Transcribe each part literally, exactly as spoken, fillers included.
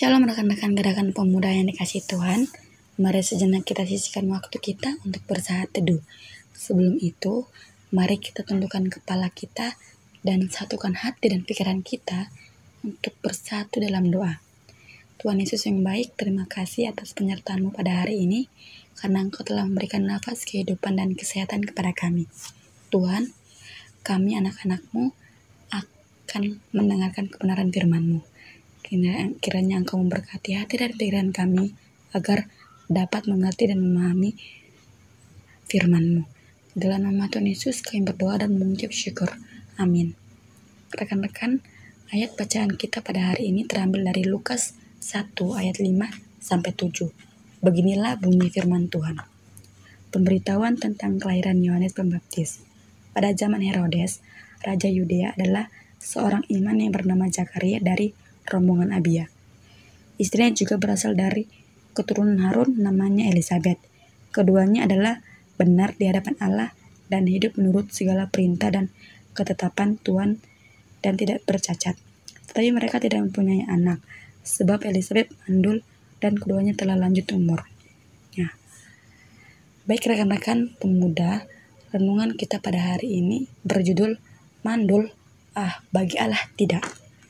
Shalom rekan-rekan gerakan pemuda yang dikasih Tuhan. Mari sejenak kita sisihkan waktu kita untuk bersaat teduh. Sebelum itu, mari kita tundukkan kepala kita dan satukan hati dan pikiran kita untuk bersatu dalam doa. Tuhan Yesus yang baik, terima kasih atas penyertaan-Mu pada hari ini, karena Engkau telah memberikan nafas kehidupan dan kesehatan kepada kami. Tuhan, kami anak-anak-Mu akan mendengarkan kebenaran firman-Mu. Kiranya Engkau memberkati hati dan pikiran kami agar dapat mengerti dan memahami firman-Mu. Dalam nama Tuhan Yesus kami berdoa dan mengucap syukur. Amin. Rekan-rekan, ayat bacaan kita pada hari ini terambil dari Lukas satu ayat lima sampai tujuh. Beginilah bunyi firman Tuhan. Pemberitahuan tentang kelahiran Yohanes Pembaptis. Pada zaman Herodes, Raja Yudea adalah seorang imam yang bernama Zakaria dari rombongan Abia. Istrinya juga berasal dari keturunan Harun, namanya Elisabet. Keduanya adalah benar di hadapan Allah dan hidup menurut segala perintah dan ketetapan Tuhan dan tidak bercacat. Tetapi mereka tidak mempunyai anak, sebab Elisabet mandul dan keduanya telah lanjut umur. Ya. Baik rekan-rekan pemuda, renungan kita pada hari ini berjudul Mandul, ah bagi Allah tidak.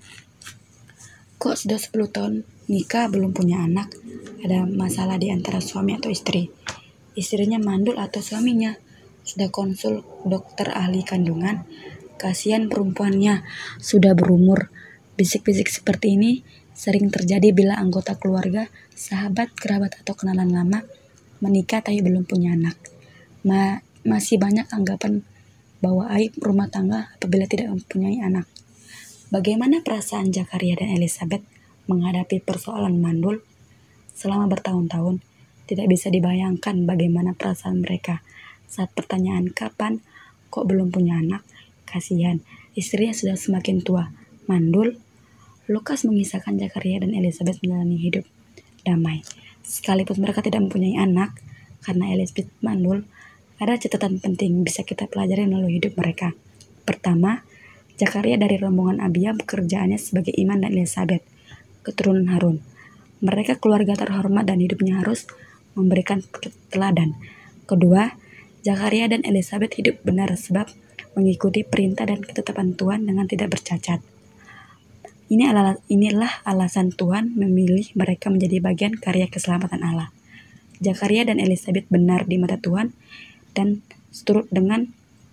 Kok sudah sepuluh tahun nikah belum punya anak? Ada masalah di antara suami atau istri. Istrinya mandul atau suaminya sudah konsul dokter ahli kandungan. Kasihan perempuannya sudah berumur. Bisik-bisik seperti ini sering terjadi bila anggota keluarga, sahabat, kerabat atau kenalan lama menikah tapi belum punya anak. Ma- masih banyak anggapan bahwa aib rumah tangga apabila tidak mempunyai anak. Bagaimana perasaan Zakaria dan Elisabet menghadapi persoalan mandul? Selama bertahun-tahun, tidak bisa dibayangkan bagaimana perasaan mereka saat pertanyaan kapan kok belum punya anak. Kasihan, istrinya sudah semakin tua, mandul. Lukas mengisahkan Zakaria dan Elisabet menjalani hidup damai. Sekalipun mereka tidak mempunyai anak, karena Elisabet mandul, ada catatan penting bisa kita pelajari melalui hidup mereka. Pertama, Zakaria dari rombongan Abia pekerjaannya sebagai imam dan Elisabet, keturunan Harun. Mereka keluarga terhormat dan hidupnya harus memberikan teladan. Kedua, Zakaria dan Elisabet hidup benar sebab mengikuti perintah dan ketetapan Tuhan dengan tidak bercacat. Ini adalah, inilah alasan Tuhan memilih mereka menjadi bagian karya keselamatan Allah. Zakaria dan Elisabet benar di mata Tuhan dan seturut dengan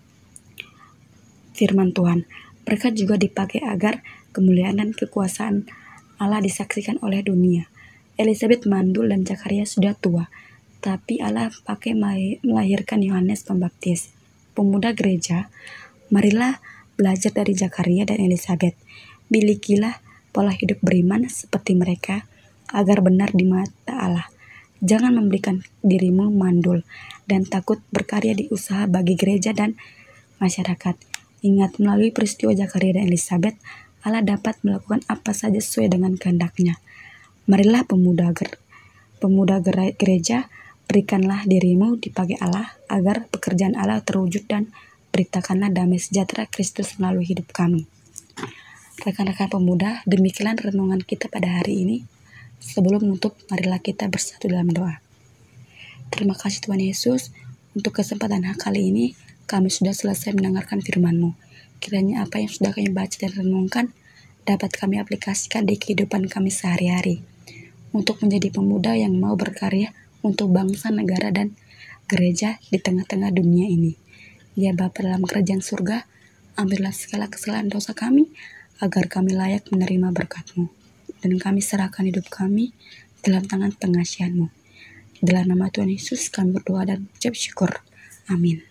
firman Tuhan. Mereka juga dipakai agar kemuliaan dan kekuasaan Allah disaksikan oleh dunia. Elisabet mandul dan Zakaria sudah tua, tapi Allah pakai melahirkan Yohanes Pembaptis. Pemuda gereja, marilah belajar dari Zakaria dan Elisabet. Milikilah pola hidup beriman seperti mereka agar benar di mata Allah. Jangan memberikan dirimu mandul dan takut berkarya di usaha bagi gereja dan masyarakat. Ingat, melalui peristiwa Zakaria dan Elisabet, Allah dapat melakukan apa saja sesuai dengan kehendak-Nya. Marilah pemuda ger, pemuda ger, gereja, berikanlah dirimu dipakai Allah agar pekerjaan Allah terwujud dan beritakanlah damai sejahtera Kristus melalui hidup kami. Rekan-rekan pemuda, demikian renungan kita pada hari ini. Sebelum menutup, marilah kita bersatu dalam doa. Terima kasih Tuhan Yesus untuk kesempatan kali ini. Kami sudah selesai mendengarkan firman-Mu. Kiranya apa yang sudah kami baca dan renungkan dapat kami aplikasikan di kehidupan kami sehari-hari. Untuk menjadi pemuda yang mau berkarya untuk bangsa, negara, dan gereja di tengah-tengah dunia ini. Ya Bapa dalam kerajaan surga, ambillah segala kesalahan dosa kami, agar kami layak menerima berkat-Mu. Dan kami serahkan hidup kami dalam tangan pengasihan-Mu. Dalam nama Tuhan Yesus kami berdoa dan ucap syukur. Amin.